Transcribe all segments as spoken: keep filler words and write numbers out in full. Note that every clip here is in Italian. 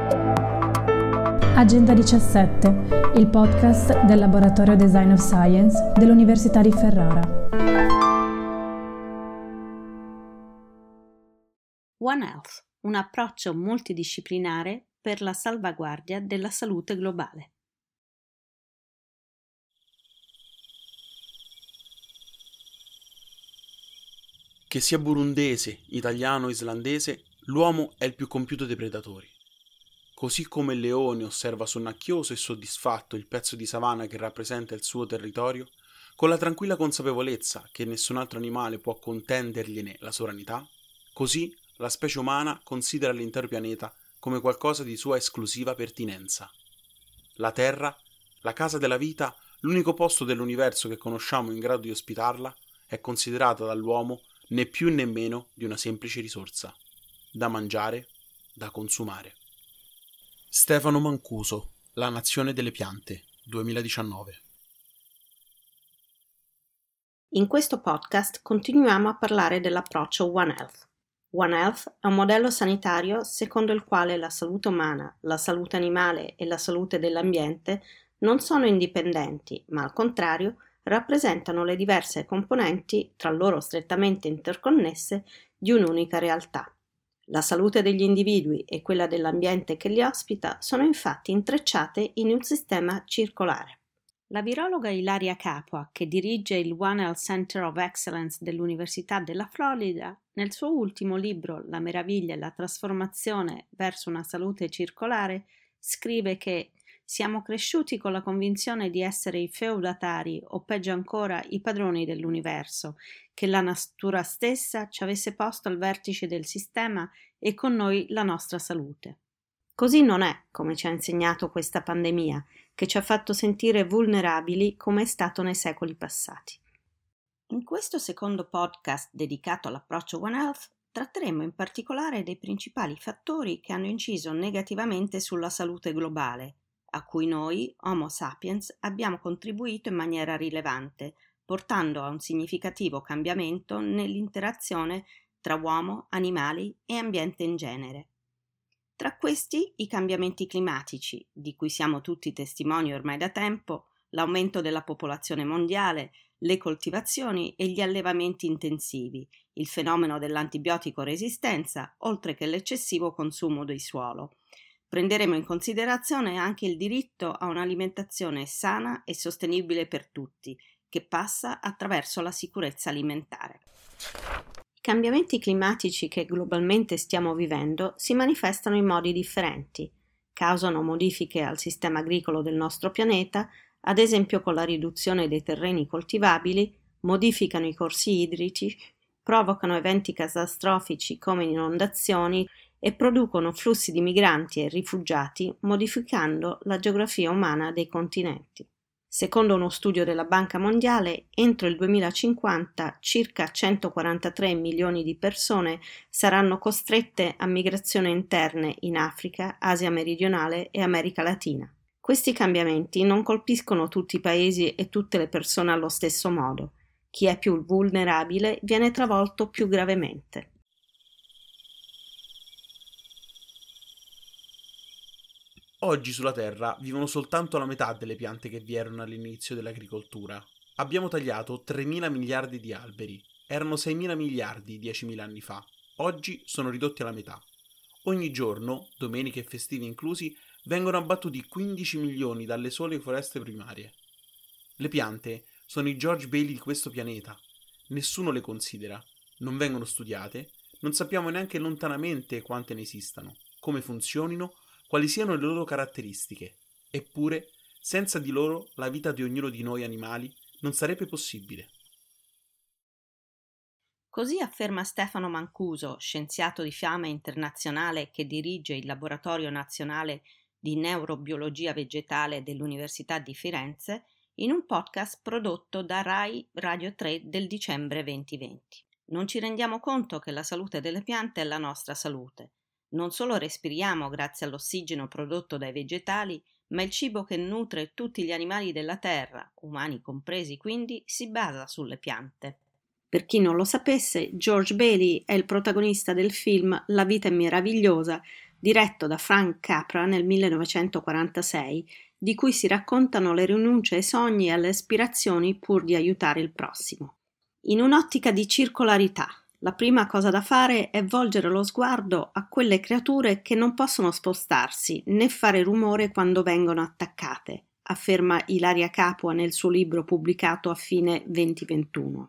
Agenda diciassette, il podcast del Laboratorio Design of Science dell'Università di Ferrara. One Health, un approccio multidisciplinare per la salvaguardia della salute globale. Che sia burundese, italiano o islandese, l'uomo è il più compiuto dei predatori. Così come il leone osserva sonnacchioso e soddisfatto il pezzo di savana che rappresenta il suo territorio, con la tranquilla consapevolezza che nessun altro animale può contendergliene la sovranità, così la specie umana considera l'intero pianeta come qualcosa di sua esclusiva pertinenza. La Terra, la casa della vita, l'unico posto dell'universo che conosciamo in grado di ospitarla, è considerata dall'uomo né più né meno di una semplice risorsa, da mangiare, da consumare. Stefano Mancuso, La nazione delle piante, duemiladiciannove. In questo podcast continuiamo a parlare dell'approccio One Health. One Health è un modello sanitario secondo il quale la salute umana, la salute animale e la salute dell'ambiente non sono indipendenti, ma al contrario rappresentano le diverse componenti, tra loro strettamente interconnesse, di un'unica realtà. La salute degli individui e quella dell'ambiente che li ospita sono infatti intrecciate in un sistema circolare. La virologa Ilaria Capua, che dirige il One Health Center of Excellence dell'Università della Florida, nel suo ultimo libro La meraviglia e la trasformazione verso una salute circolare, scrive che siamo cresciuti con la convinzione di essere i feudatari o peggio ancora i padroni dell'universo, che la natura stessa ci avesse posto al vertice del sistema e con noi la nostra salute. Così non è, come ci ha insegnato questa pandemia, che ci ha fatto sentire vulnerabili come è stato nei secoli passati. In questo secondo podcast dedicato all'approccio One Health tratteremo in particolare dei principali fattori che hanno inciso negativamente sulla salute globale, a cui noi, Homo sapiens, abbiamo contribuito in maniera rilevante, portando a un significativo cambiamento nell'interazione tra uomo, animali e ambiente in genere. Tra questi i cambiamenti climatici, di cui siamo tutti testimoni ormai da tempo, l'aumento della popolazione mondiale, le coltivazioni e gli allevamenti intensivi, il fenomeno dell'antibiotico resistenza, oltre che l'eccessivo consumo di suolo. Prenderemo in considerazione anche il diritto a un'alimentazione sana e sostenibile per tutti, che passa attraverso la sicurezza alimentare. I cambiamenti climatici che globalmente stiamo vivendo si manifestano in modi differenti, causano modifiche al sistema agricolo del nostro pianeta, ad esempio con la riduzione dei terreni coltivabili, modificano i corsi idrici, provocano eventi catastrofici come inondazioni e producono flussi di migranti e rifugiati, modificando la geografia umana dei continenti. Secondo uno studio della Banca Mondiale, entro il duemilacinquanta circa centoquarantatré milioni di persone saranno costrette a migrazioni interne in Africa, Asia meridionale e America Latina. Questi cambiamenti non colpiscono tutti i paesi e tutte le persone allo stesso modo. Chi è più vulnerabile viene travolto più gravemente. Oggi sulla Terra vivono soltanto la metà delle piante che vi erano all'inizio dell'agricoltura. Abbiamo tagliato tremila miliardi di alberi, erano seimila miliardi diecimila anni fa, oggi sono ridotti alla metà. Ogni giorno, domeniche e festivi inclusi, vengono abbattuti quindici milioni dalle sole foreste primarie. Le piante sono i George Bailey di questo pianeta. Nessuno le considera, non vengono studiate, non sappiamo neanche lontanamente quante ne esistano, come funzionino, quali siano le loro caratteristiche. Eppure, senza di loro, la vita di ognuno di noi animali non sarebbe possibile. Così afferma Stefano Mancuso, scienziato di fama internazionale che dirige il Laboratorio Nazionale di Neurobiologia Vegetale dell'Università di Firenze, in un podcast prodotto da Rai Radio tre del dicembre duemilaventi. Non ci rendiamo conto che la salute delle piante è la nostra salute. Non solo respiriamo grazie all'ossigeno prodotto dai vegetali, ma il cibo che nutre tutti gli animali della terra, umani compresi quindi, si basa sulle piante. Per chi non lo sapesse, George Bailey è il protagonista del film La vita è meravigliosa diretto da Frank Capra nel millenovecentoquarantasei, di cui si raccontano le rinunce ai sogni e alle aspirazioni pur di aiutare il prossimo. In un'ottica di circolarità, la prima cosa da fare è volgere lo sguardo a quelle creature che non possono spostarsi né fare rumore quando vengono attaccate, afferma Ilaria Capua nel suo libro pubblicato a fine duemilaventuno.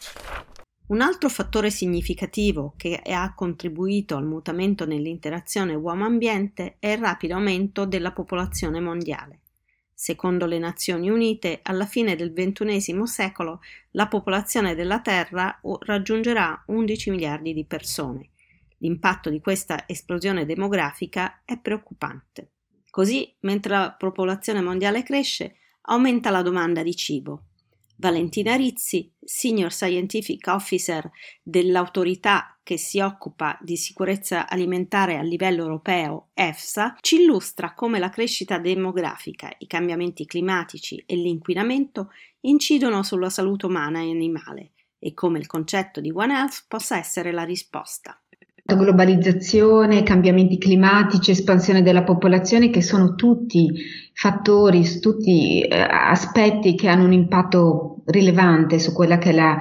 Un altro fattore significativo che ha contribuito al mutamento nell'interazione uomo-ambiente è il rapido aumento della popolazione mondiale. Secondo le Nazioni Unite, alla fine del ventunesimo secolo la popolazione della Terra raggiungerà undici miliardi di persone. L'impatto di questa esplosione demografica è preoccupante. Così, mentre la popolazione mondiale cresce, aumenta la domanda di cibo. Valentina Rizzi, Senior Scientific Officer dell'autorità che si occupa di sicurezza alimentare a livello europeo, EFSA, ci illustra come la crescita demografica, i cambiamenti climatici e l'inquinamento incidono sulla salute umana e animale e come il concetto di One Health possa essere la risposta. Globalizzazione, cambiamenti climatici, espansione della popolazione, che sono tutti fattori, tutti eh, aspetti che hanno un impatto rilevante su quella che è la,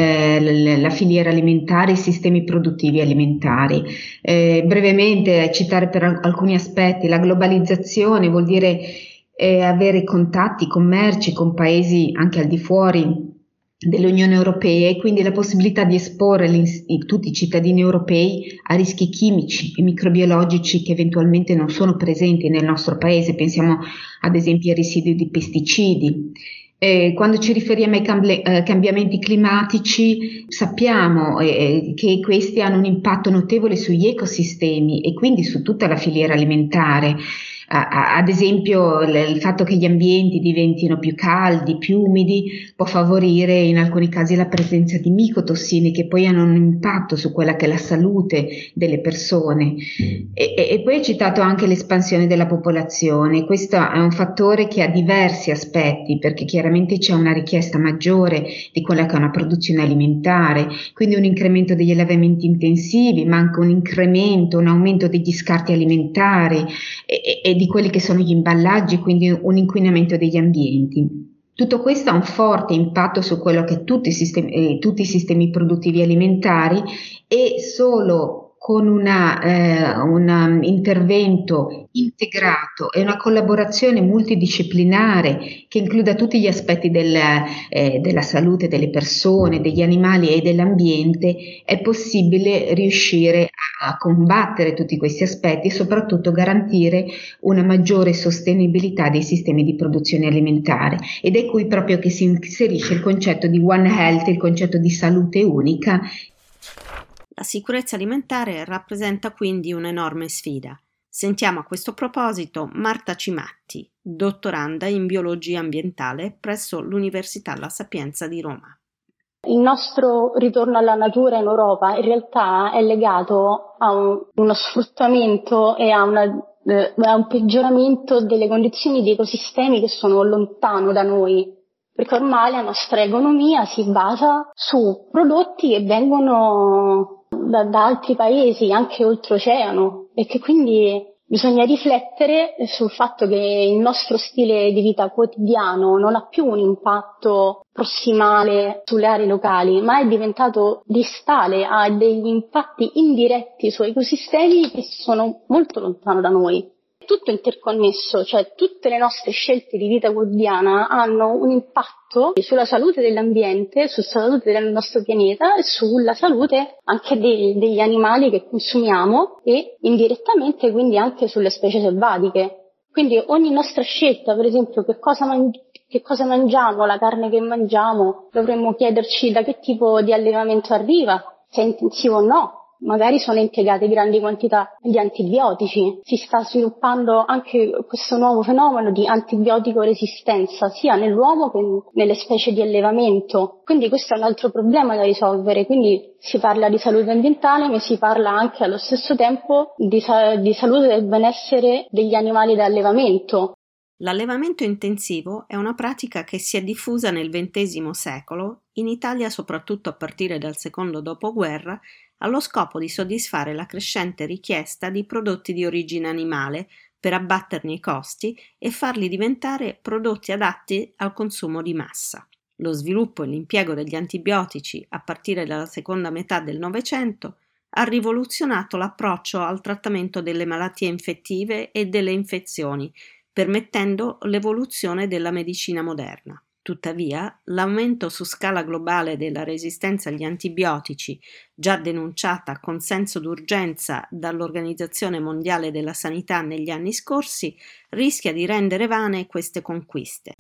eh, la filiera alimentare, i sistemi produttivi alimentari. Eh, brevemente, citare per alcuni aspetti, la globalizzazione vuol dire eh, avere contatti, commerci con paesi anche al di fuori dell'Unione Europea e quindi la possibilità di esporre tutti i cittadini europei a rischi chimici e microbiologici che eventualmente non sono presenti nel nostro paese. Pensiamo ad esempio ai residui di pesticidi. Eh, quando ci riferiamo ai cambi- eh, cambiamenti climatici sappiamo eh, che questi hanno un impatto notevole sugli ecosistemi e quindi su tutta la filiera alimentare. Ad esempio il fatto che gli ambienti diventino più caldi, più umidi può favorire in alcuni casi la presenza di micotossine che poi hanno un impatto su quella che è la salute delle persone. E, e poi è citato anche l'espansione della popolazione. Questo è un fattore che ha diversi aspetti, perché chiaramente c'è una richiesta maggiore di quella che è una produzione alimentare, quindi un incremento degli allevamenti intensivi, ma anche un incremento, un aumento degli scarti alimentari e, e di quelli che sono gli imballaggi, quindi un inquinamento degli ambienti. Tutto questo ha un forte impatto su quello che tutti i sistemi, eh, tutti i sistemi produttivi alimentari e solo con una, eh, un intervento integrato e una collaborazione multidisciplinare che includa tutti gli aspetti del, eh, della salute delle persone, degli animali e dell'ambiente, è possibile riuscire a, a combattere tutti questi aspetti e soprattutto garantire una maggiore sostenibilità dei sistemi di produzione alimentare. Ed è qui proprio che si inserisce il concetto di One Health, il concetto di salute unica. La sicurezza alimentare rappresenta quindi un'enorme sfida. Sentiamo a questo proposito Marta Cimatti, dottoranda in biologia ambientale presso l'Università La Sapienza di Roma. Il nostro ritorno alla natura in Europa in realtà è legato a un, uno sfruttamento e a, una, eh, a un peggioramento delle condizioni di ecosistemi che sono lontano da noi, perché ormai la nostra economia si basa su prodotti che vengono da, da altri paesi, anche oltreoceano, e che quindi bisogna riflettere sul fatto che il nostro stile di vita quotidiano non ha più un impatto prossimale sulle aree locali, ma è diventato distale, ha degli impatti indiretti su ecosistemi che sono molto lontano da noi. Tutto interconnesso, cioè tutte le nostre scelte di vita quotidiana hanno un impatto sulla salute dell'ambiente, sulla salute del nostro pianeta e sulla salute anche dei, degli animali che consumiamo e indirettamente quindi anche sulle specie selvatiche. Quindi ogni nostra scelta, per esempio, che cosa, man- che cosa mangiamo, la carne che mangiamo, dovremmo chiederci da che tipo di allevamento arriva, se è intensivo o no. Magari sono impiegate grandi quantità di antibiotici, si sta sviluppando anche questo nuovo fenomeno di antibiotico resistenza sia nell'uomo che nelle specie di allevamento, quindi questo è un altro problema da risolvere, quindi si parla di salute ambientale ma si parla anche allo stesso tempo di, sa- di salute del benessere degli animali da allevamento. L'allevamento intensivo è una pratica che si è diffusa nel ventesimo secolo, in Italia soprattutto a partire dal secondo dopoguerra, allo scopo di soddisfare la crescente richiesta di prodotti di origine animale per abbatterne i costi e farli diventare prodotti adatti al consumo di massa. Lo sviluppo e l'impiego degli antibiotici a partire dalla seconda metà del Novecento ha rivoluzionato l'approccio al trattamento delle malattie infettive e delle infezioni, permettendo l'evoluzione della medicina moderna. Tuttavia, l'aumento su scala globale della resistenza agli antibiotici, già denunciata con senso d'urgenza dall'Organizzazione Mondiale della Sanità negli anni scorsi, rischia di rendere vane queste conquiste.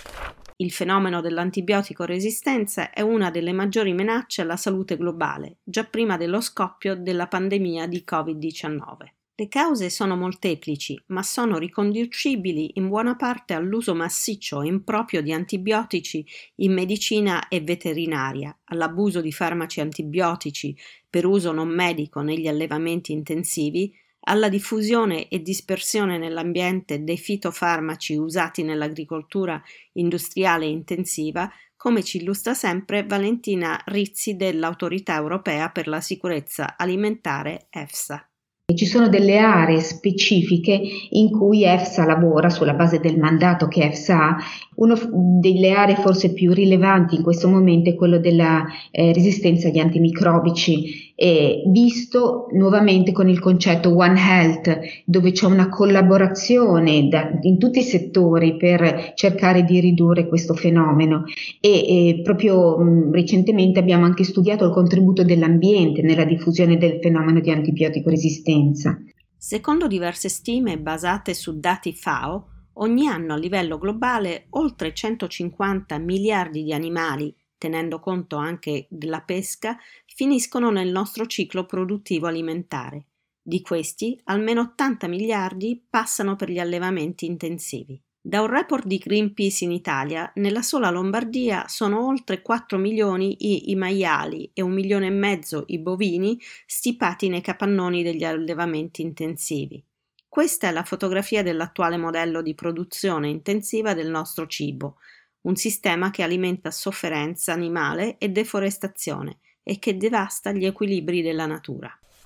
Il fenomeno dell'antibiotico resistenza è una delle maggiori minacce alla salute globale, già prima dello scoppio della pandemia di covid diciannove. Le cause sono molteplici, ma sono riconducibili in buona parte all'uso massiccio e improprio di antibiotici in medicina e veterinaria, all'abuso di farmaci antibiotici per uso non medico negli allevamenti intensivi, alla diffusione e dispersione nell'ambiente dei fitofarmaci usati nell'agricoltura industriale intensiva, come ci illustra sempre Valentina Rizzi dell'Autorità Europea per la Sicurezza Alimentare EFSA. Ci sono delle aree specifiche in cui EFSA lavora sulla base del mandato che EFSA ha. Una delle aree forse più rilevanti in questo momento è quello della eh, resistenza agli antimicrobici, e visto nuovamente con il concetto One Health, dove c'è una collaborazione da, in tutti i settori per cercare di ridurre questo fenomeno, e, e proprio mh, recentemente abbiamo anche studiato il contributo dell'ambiente nella diffusione del fenomeno di antibiotico resistenza. Secondo diverse stime basate su dati FAO, ogni anno a livello globale oltre centocinquanta miliardi di animali, tenendo conto anche della pesca, finiscono nel nostro ciclo produttivo alimentare. Di questi, almeno ottanta miliardi passano per gli allevamenti intensivi. Da un report di Greenpeace in Italia, nella sola Lombardia sono oltre quattro milioni i, i maiali e un milione e mezzo i bovini stipati nei capannoni degli allevamenti intensivi. Questa è la fotografia dell'attuale modello di produzione intensiva del nostro cibo, un sistema che alimenta sofferenza animale e deforestazione e che devasta gli equilibri della natura.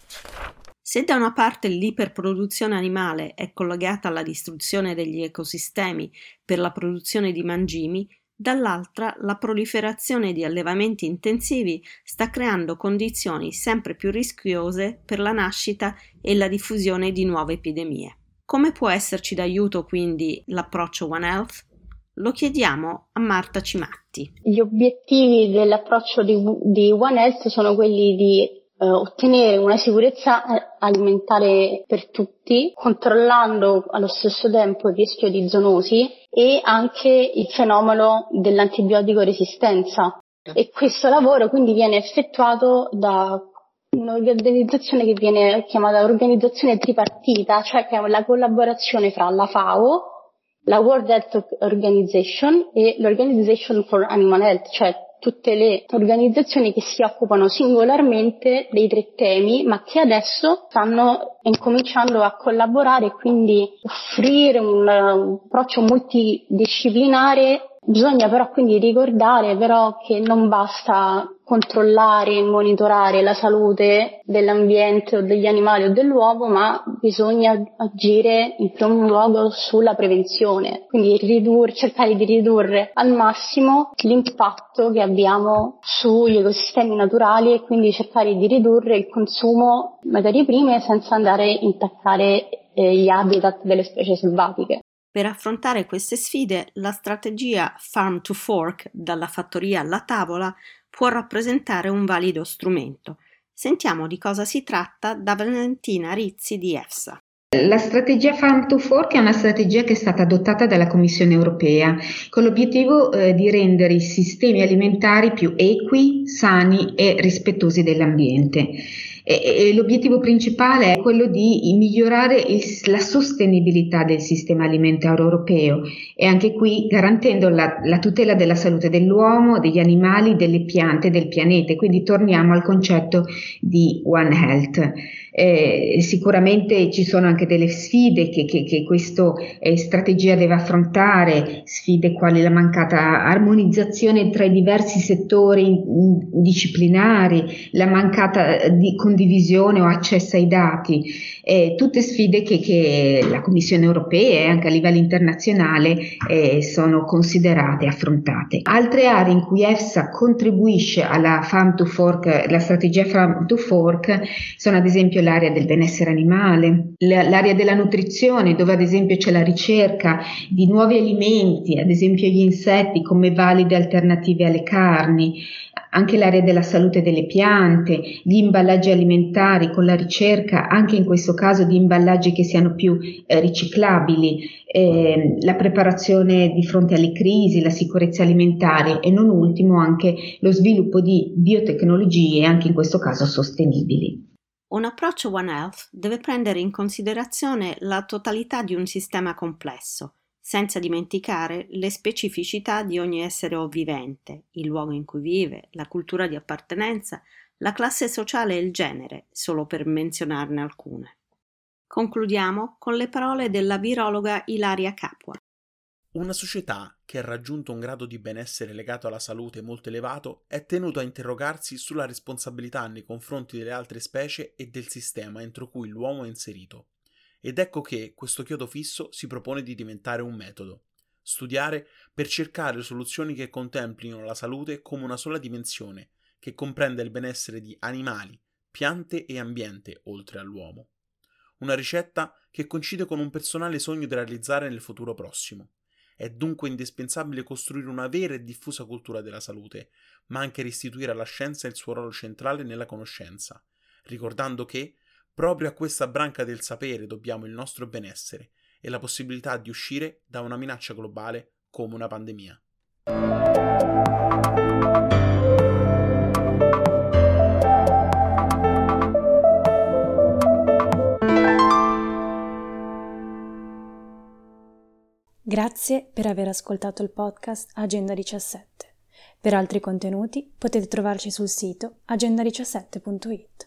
Se da una parte l'iperproduzione animale è collegata alla distruzione degli ecosistemi per la produzione di mangimi, dall'altra la proliferazione di allevamenti intensivi sta creando condizioni sempre più rischiose per la nascita e la diffusione di nuove epidemie. Come può esserci d'aiuto quindi l'approccio One Health? Lo chiediamo a Marta Cimatti. Gli obiettivi dell'approccio di, di One Health sono quelli di Uh, ottenere una sicurezza alimentare per tutti, controllando allo stesso tempo il rischio di zoonosi e anche il fenomeno dell'antibiotico resistenza. E questo lavoro quindi viene effettuato da un'organizzazione che viene chiamata organizzazione tripartita, cioè che è la collaborazione fra la FAO, la World Health Organization e l'Organization for Animal Health, cioè tutte le organizzazioni che si occupano singolarmente dei tre temi, ma che adesso stanno incominciando a collaborare e quindi offrire un, un approccio multidisciplinare. Bisogna però quindi ricordare però che non basta controllare e monitorare la salute dell'ambiente o degli animali o dell'uomo, ma bisogna agire in primo luogo sulla prevenzione, quindi ridurre, cercare di ridurre al massimo l'impatto che abbiamo sugli ecosistemi naturali e quindi cercare di ridurre il consumo di materie prime senza andare a intaccare eh, gli habitat delle specie selvatiche. Per affrontare queste sfide, la strategia Farm to Fork, dalla fattoria alla tavola, può rappresentare un valido strumento. Sentiamo di cosa si tratta da Valentina Rizzi di EFSA. La strategia Farm to Fork è una strategia che è stata adottata dalla Commissione europea con l'obiettivo eh, di rendere i sistemi alimentari più equi, sani e rispettosi dell'ambiente. E, e l'obiettivo principale è quello di migliorare il, la sostenibilità del sistema alimentare europeo e anche qui garantendo la, la tutela della salute dell'uomo, degli animali, delle piante, del pianeta. Quindi torniamo al concetto di One Health. Eh, sicuramente ci sono anche delle sfide che, che, che questa eh, strategia deve affrontare, sfide quali la mancata armonizzazione tra i diversi settori disciplinari, la mancata di condivisione o accesso ai dati, eh, tutte sfide che, che la Commissione europea e anche a livello internazionale eh, sono considerate e affrontate. Altre aree in cui EFSA contribuisce alla Farm to Fork, la strategia Farm to Fork, sono ad esempio l'area del benessere animale, l'area della nutrizione, dove ad esempio c'è la ricerca di nuovi alimenti, ad esempio gli insetti come valide alternative alle carni, anche l'area della salute delle piante, gli imballaggi alimentari con la ricerca anche in questo caso di imballaggi che siano più eh, riciclabili, eh, la preparazione di fronte alle crisi, la sicurezza alimentare e non ultimo anche lo sviluppo di biotecnologie anche in questo caso sostenibili. Un approccio One Health deve prendere in considerazione la totalità di un sistema complesso, senza dimenticare le specificità di ogni essere vivente, il luogo in cui vive, la cultura di appartenenza, la classe sociale e il genere, solo per menzionarne alcune. Concludiamo con le parole della virologa Ilaria Capua. Una società che ha raggiunto un grado di benessere legato alla salute molto elevato è tenuta a interrogarsi sulla responsabilità nei confronti delle altre specie e del sistema entro cui l'uomo è inserito. Ed ecco che questo chiodo fisso si propone di diventare un metodo. Studiare per cercare soluzioni che contemplino la salute come una sola dimensione, che comprenda il benessere di animali, piante e ambiente, oltre all'uomo. Una ricetta che coincide con un personale sogno da realizzare nel futuro prossimo. È dunque indispensabile costruire una vera e diffusa cultura della salute, ma anche restituire alla scienza il suo ruolo centrale nella conoscenza, ricordando che proprio a questa branca del sapere dobbiamo il nostro benessere e la possibilità di uscire da una minaccia globale come una pandemia. Grazie per aver ascoltato il podcast Agenda diciassette. Per altri contenuti potete trovarci sul sito agenda diciassette punto it.